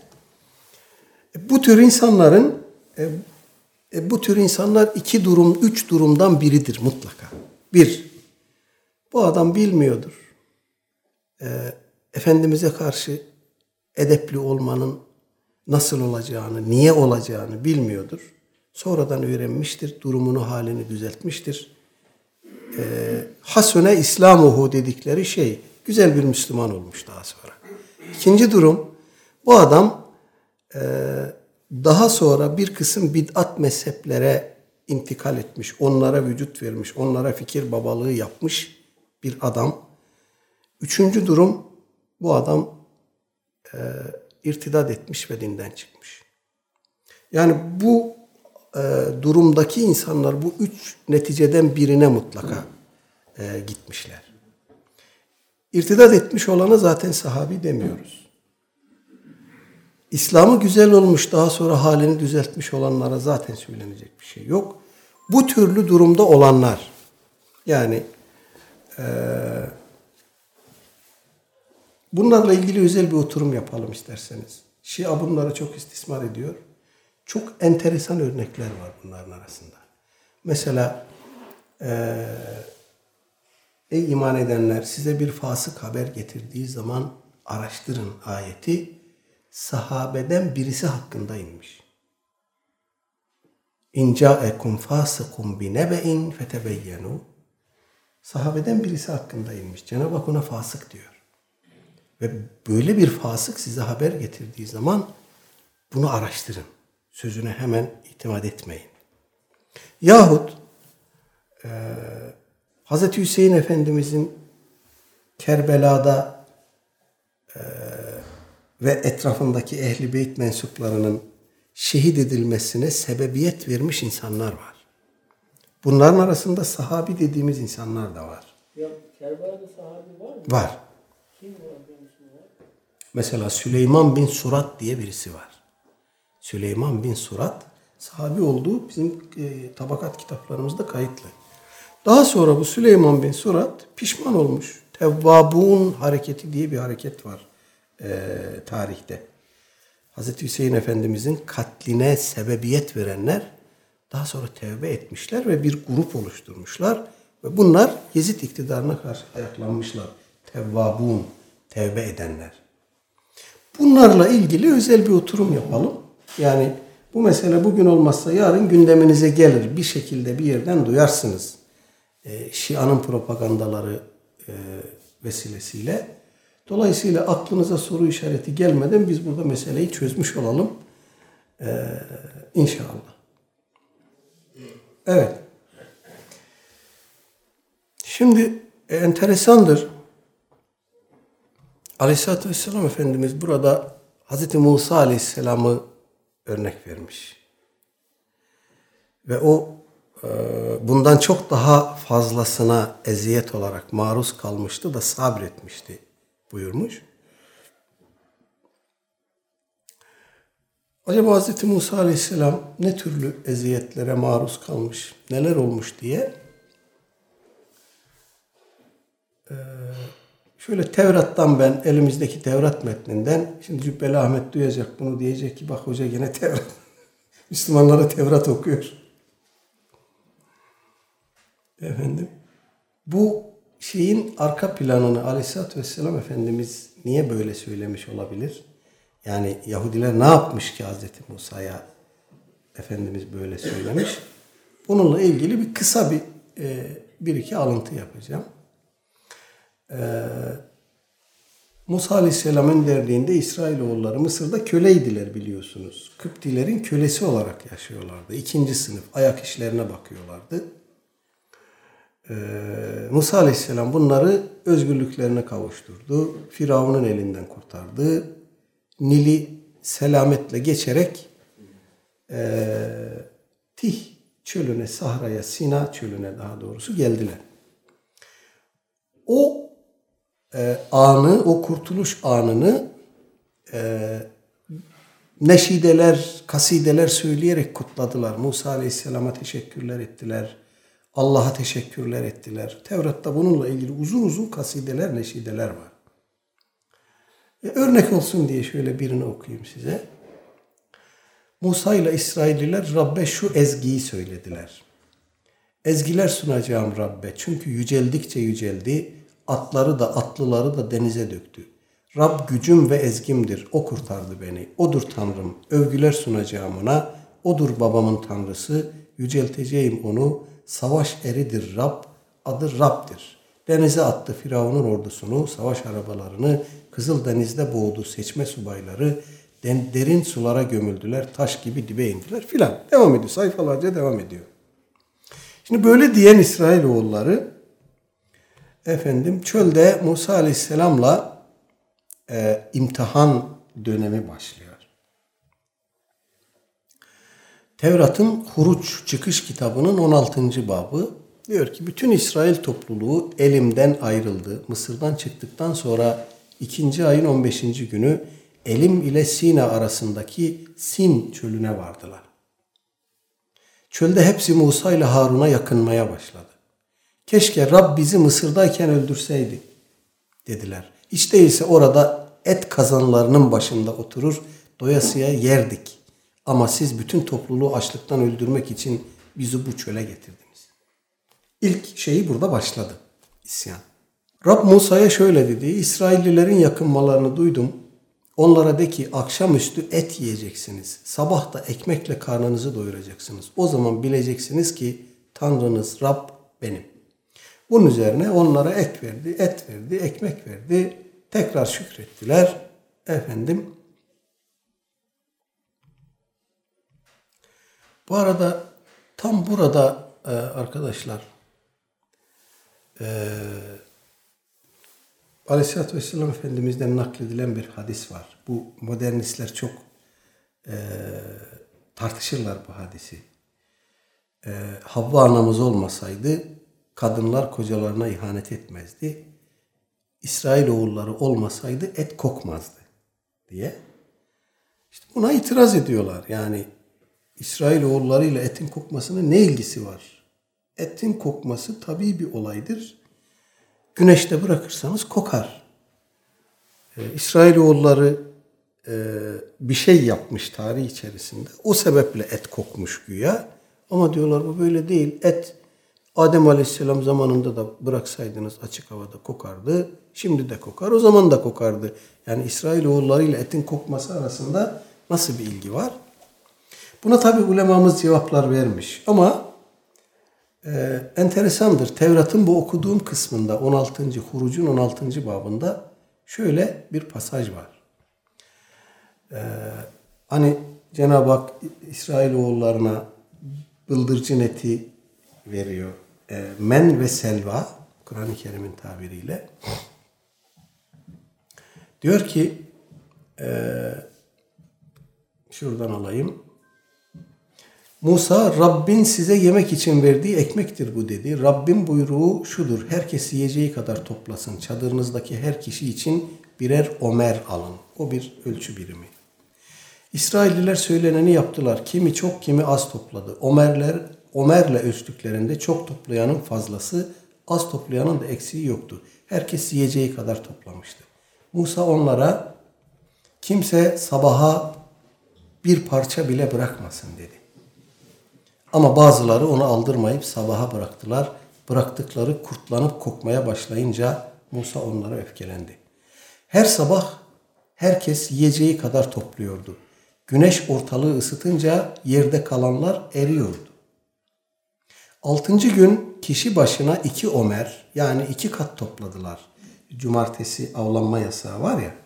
E, bu tür insanların e, e, bu tür insanlar iki durum, üç durumdan biridir mutlaka. Bir, bu adam bilmiyordur. E, Efendimiz'e karşı edepli olmanın nasıl olacağını, niye olacağını bilmiyordur. Sonradan öğrenmiştir, durumunu, halini düzeltmiştir. E, Hasune İslamuhu dedikleri şey, güzel bir Müslüman olmuş daha sonra. İkinci durum, bu adam e, daha sonra bir kısım bid'at mezheplere intikal etmiş, onlara vücut vermiş, onlara fikir babalığı yapmış bir adam. Üçüncü durum, bu adam e, irtidat etmiş ve dinden çıkmış. Yani bu e, durumdaki insanlar bu üç neticeden birine mutlaka e, gitmişler. İrtidat etmiş olana zaten sahabi demiyoruz. İslam'ı güzel olmuş, daha sonra halini düzeltmiş olanlara zaten söylenecek bir şey yok. Bu türlü durumda olanlar, yani e, bunlarla ilgili özel bir oturum yapalım isterseniz. Şia bunları çok istismar ediyor. Çok enteresan örnekler var bunların arasında. Mesela e, ey iman edenler, size bir fasık haber getirdiği zaman araştırın ayeti. Sahabeden birisi hakkında inmiş. İn ca'ekum fasikum bi nebe'in fetebeyyenu. Sahabeden birisi hakkında inmiş. Cenab-ı Hak ona fasık diyor. Ve böyle bir fasık size haber getirdiği zaman bunu araştırın. Sözüne hemen itimat etmeyin. Yahut e, Hazreti Hüseyin Efendimizin Kerbela'da e, ve etrafındaki Ehl-i Beyt mensuplarının şehit edilmesine sebebiyet vermiş insanlar var. Bunların arasında sahabi dediğimiz insanlar da var. Ya Kerbela'da sahabi var mı? Var. Kim var? Var? Mesela Süleyman bin Surat diye birisi var. Süleyman bin Surat sahabi olduğu bizim e, tabakat kitaplarımızda kayıtlı. Daha sonra bu Süleyman bin Surat pişman olmuş. Tevvabun hareketi diye bir hareket var e, tarihte. Hazreti Hüseyin Efendimizin katline sebebiyet verenler daha sonra tevbe etmişler ve bir grup oluşturmuşlar. Ve bunlar Yezid iktidarına karşı ayaklanmışlar. Tevvabun, tevbe edenler. Bunlarla ilgili özel bir oturum yapalım. Yani bu mesele bugün olmazsa yarın gündeminize gelir. Bir şekilde bir yerden duyarsınız. E, Şia'nın propagandaları e, vesilesiyle. Dolayısıyla aklınıza soru işareti gelmeden biz burada meseleyi çözmüş olalım. E, inşallah. Evet. Şimdi e, enteresandır. Aleyhisselatü Vesselam Efendimiz burada Hazreti Musa Aleyhisselam'ı örnek vermiş. Ve o e, bundan çok daha fazlasına eziyet olarak maruz kalmıştı da sabretmişti buyurmuş. Acaba Hazreti Musa Aleyhisselam ne türlü eziyetlere maruz kalmış, neler olmuş diye e, şöyle Tevrat'tan ben elimizdeki Tevrat metninden, şimdi Cübbeli Ahmet duyacak bunu, diyecek ki bak hoca yine Tevrat, Müslümanlara Tevrat okuyor. Efendim, bu şeyin arka planını Aleyhisselatü Vesselam Efendimiz niye böyle söylemiş olabilir? Yani Yahudiler ne yapmış ki Hazreti Musa'ya Efendimiz böyle söylemiş? Bununla ilgili bir kısa bir e, bir iki alıntı yapacağım. Ee, Musa Aleyhisselam'ın derdiğinde İsrailoğulları Mısır'da köleydiler biliyorsunuz. Kıptilerin kölesi olarak yaşıyorlardı. İkinci sınıf ayak işlerine bakıyorlardı. Ee, Musa Aleyhisselam bunları özgürlüklerine kavuşturdu. Firavun'un elinden kurtardı. Nil'i selametle geçerek e, Tih çölüne, Sahra'ya, Sina çölüne daha doğrusu geldiler. O e, anı, o kurtuluş anını e, neşideler, kasideler söyleyerek kutladılar. Musa Aleyhisselam'a teşekkürler ettiler. Allah'a teşekkürler ettiler. Tevrat'ta bununla ilgili uzun uzun kasideler, neşideler var. E, örnek olsun diye şöyle birini okuyayım size. Musa ile İsrailliler Rabbe şu ezgiyi söylediler. Ezgiler sunacağım Rabbe çünkü yüceldikçe yüceldi, atları da atlıları da denize döktü. Rab gücüm ve ezgimdir, o kurtardı beni, odur Tanrım, övgüler sunacağım ona, odur babamın Tanrısı, yücelteceğim onu, savaş eridir Rab, adı Rab'dir. Denize attı Firavun'un ordusunu, savaş arabalarını, Kızıldeniz'de boğdu seçme subayları, derin sulara gömüldüler, taş gibi dibe indiler filan. Devam ediyor, sayfalarca devam ediyor. Şimdi böyle diyen İsrailoğulları efendim çölde Musa Aleyhisselam'la e, imtihan dönemi başlıyor. Tevrat'ın Huruç çıkış kitabının on altıncı babı diyor ki bütün İsrail topluluğu elimden ayrıldı. Mısır'dan çıktıktan sonra ikinci ayın on beşinci günü Elim ile Sina arasındaki Sin çölüne vardılar. Çölde hepsi Musa ile Harun'a yakınmaya başladı. Keşke Rab bizi Mısır'dayken öldürseydi dediler. Hiç değilse orada et kazanlarının başında oturur, doyasıya yerdik. Ama siz bütün topluluğu açlıktan öldürmek için bizi bu çöle getirdiniz. İlk şeyi burada başladı. İsyan. Rab Musa'ya şöyle dedi. İsraillilerin yakınmalarını duydum. Onlara de ki akşamüstü et yiyeceksiniz. Sabah da ekmekle karnınızı doyuracaksınız. O zaman bileceksiniz ki Tanrınız Rab benim. Bunun üzerine onlara et verdi, et verdi, ekmek verdi. Tekrar şükrettiler. Efendim. Bu arada tam burada e, arkadaşlar e, Aleyhisselatü Vesselam Efendimiz'den nakledilen bir hadis var. Bu modernistler çok e, tartışırlar bu hadisi. E, Havva anamız olmasaydı kadınlar kocalarına ihanet etmezdi. İsrailoğulları olmasaydı et kokmazdı diye. İşte buna itiraz ediyorlar. Yani İsrailoğulları ile etin kokmasının ne ilgisi var? Etin kokması tabii bir olaydır. Güneşte bırakırsanız kokar. Ee, İsrailoğulları e, bir şey yapmış tarih içerisinde. O sebeple et kokmuş güya. Ama diyorlar bu böyle değil. Et Adem Aleyhisselam zamanında da bıraksaydınız açık havada kokardı. Şimdi de kokar. O zaman da kokardı. Yani İsrailoğulları ile etin kokması arasında nasıl bir ilgi var? Buna tabi ulemamız cevaplar vermiş. Ama e, enteresandır. Tevrat'ın bu okuduğum kısmında on altıncı Huruc'un on altıncı babında şöyle bir pasaj var. E, hani Cenab-ı Hak İsrailoğullarına bıldırcın eti veriyor. E, men ve selva, Kur'an-ı Kerim'in tabiriyle. Diyor ki e, şuradan alayım. Musa, Rabbin size yemek için verdiği ekmektir bu dedi. Rabbin buyruğu şudur. Herkes yiyeceği kadar toplasın. Çadırınızdaki her kişi için birer omer alın. O bir ölçü birimi. İsrailliler söyleneni yaptılar. Kimi çok, kimi az topladı. Omerler, Omer'le ölçtüklerinde çok toplayanın fazlası, az toplayanın da eksiği yoktu. Herkes yiyeceği kadar toplamıştı. Musa onlara kimse sabaha bir parça bile bırakmasın dedi. Ama bazıları onu aldırmayıp sabaha bıraktılar. Bıraktıkları kurtlanıp kokmaya başlayınca Musa onlara öfkelendi. Her sabah herkes yiyeceği kadar topluyordu. Güneş ortalığı ısıtınca yerde kalanlar eriyordu. Altıncı gün kişi başına iki omer yani iki kat topladılar. Cumartesi avlanma yasağı var ya.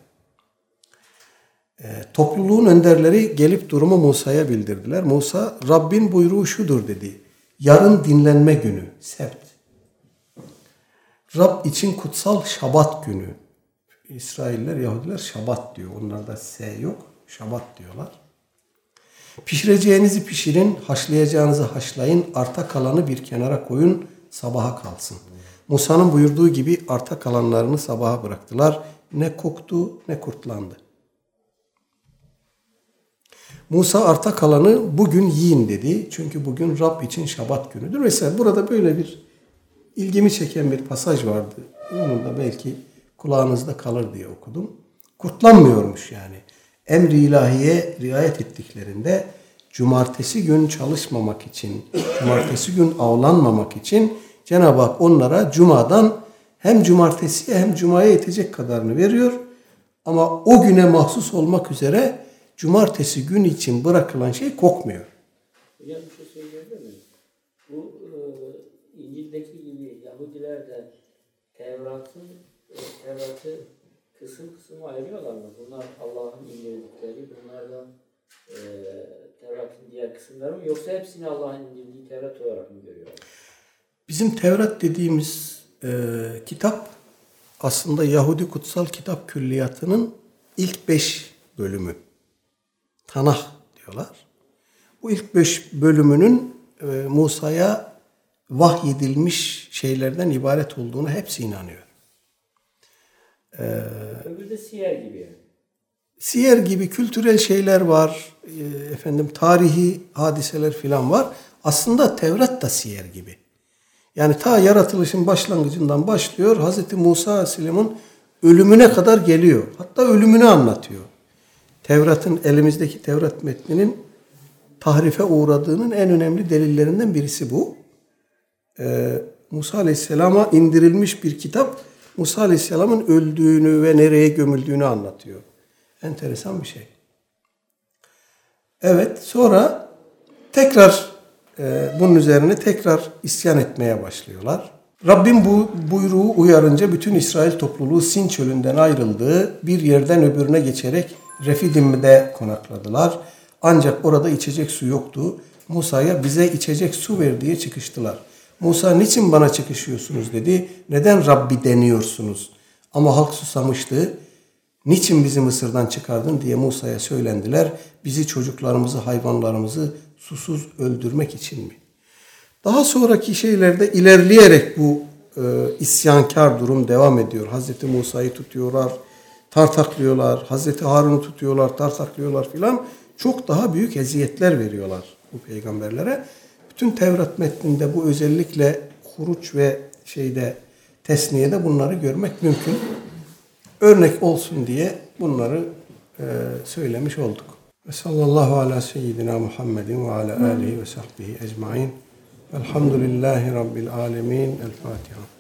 E, topluluğun önderleri gelip durumu Musa'ya bildirdiler. Musa, Rabbin buyruğu şudur dedi. Yarın dinlenme günü, sebt. Rab için kutsal şabat günü. İsrailler, Yahudiler şabat diyor. Onlarda S yok, şabat diyorlar. Pişireceğinizi pişirin, haşlayacağınızı haşlayın, arta kalanı bir kenara koyun, sabaha kalsın. Musa'nın buyurduğu gibi arta kalanlarını sabaha bıraktılar. Ne koktu ne kurtlandı. Musa arta kalanı bugün yiyin dedi. Çünkü bugün Rab için şabat günüdür. Mesela burada böyle bir ilgimi çeken bir pasaj vardı. Onu da belki kulağınızda kalır diye okudum. Kurtlanmıyormuş yani. Emri ilahiye riayet ettiklerinde cumartesi gün çalışmamak için, cumartesi gün avlanmamak için Cenab-ı Hak onlara cumadan hem cumartesiye hem cumaya yetecek kadarını veriyor. Ama o güne mahsus olmak üzere cumartesi gün için bırakılan şey kokmuyor. Hocam bir şey söyleyebilir miyim? Bu e, İncil'deki gibi Yahudiler de Tevrat'ın e, Tevrat'ı kısım kısım ayırıyorlar mı? Bunlar Allah'ın indirdikleri, bunlardan e, Tevrat'ın diğer kısımları mı? Yoksa hepsini Allah'ın indirdiği Tevrat olarak mı görüyorlar? Bizim Tevrat dediğimiz e, kitap aslında Yahudi Kutsal Kitap Külliyatı'nın ilk beş bölümü. Tanah diyorlar. Bu ilk beş bölümünün e, Musa'ya vahyedilmiş şeylerden ibaret olduğunu hepsi inanıyor. Ee, Öbürü de siyer gibi yani. siyer gibi kültürel şeyler var, e, efendim tarihi hadiseler filan var. Aslında Tevrat da siyer gibi. Yani ta yaratılışın başlangıcından başlıyor, Hazreti Musa Aleyhisselam'ın ölümüne kadar geliyor. Hatta ölümünü anlatıyor. Tevrat'ın, elimizdeki Tevrat metninin tahrife uğradığının en önemli delillerinden birisi bu. Ee, Musa Aleyhisselam'a indirilmiş bir kitap, Musa Aleyhisselam'ın öldüğünü ve nereye gömüldüğünü anlatıyor. Enteresan bir şey. Evet, sonra tekrar e, bunun üzerine tekrar isyan etmeye başlıyorlar. Rabbim bu buyruğu uyarınca bütün İsrail topluluğu Sin çölünden ayrıldığı bir yerden öbürüne geçerek Refidim'de konakladılar. Ancak orada içecek su yoktu. Musa'ya bize içecek su ver diye çıkıştılar. Musa niçin bana çıkışıyorsunuz dedi. Neden Rabbi deniyorsunuz? Ama halk susamıştı. Niçin bizi Mısır'dan çıkardın diye Musa'ya söylendiler. Bizi, çocuklarımızı, hayvanlarımızı susuz öldürmek için mi? Daha sonraki şeylerde ilerleyerek bu e, isyankar durum devam ediyor. Hazreti Musa'yı tutuyorlar, tartaklıyorlar. Hazreti Harun'u tutuyorlar, tartaklıyorlar filan. Çok daha büyük eziyetler veriyorlar bu peygamberlere. Bütün Tevrat metninde bu özellikle Huruç ve şeyde Tesniye'de bunları görmek mümkün. Örnek olsun diye bunları e, söylemiş olduk. Ve sallallahu ala seyyidina Muhammedin ve ala alihi ve sahbihi ecmain. Elhamdülillahi Rabbil alemin. El Fatiha.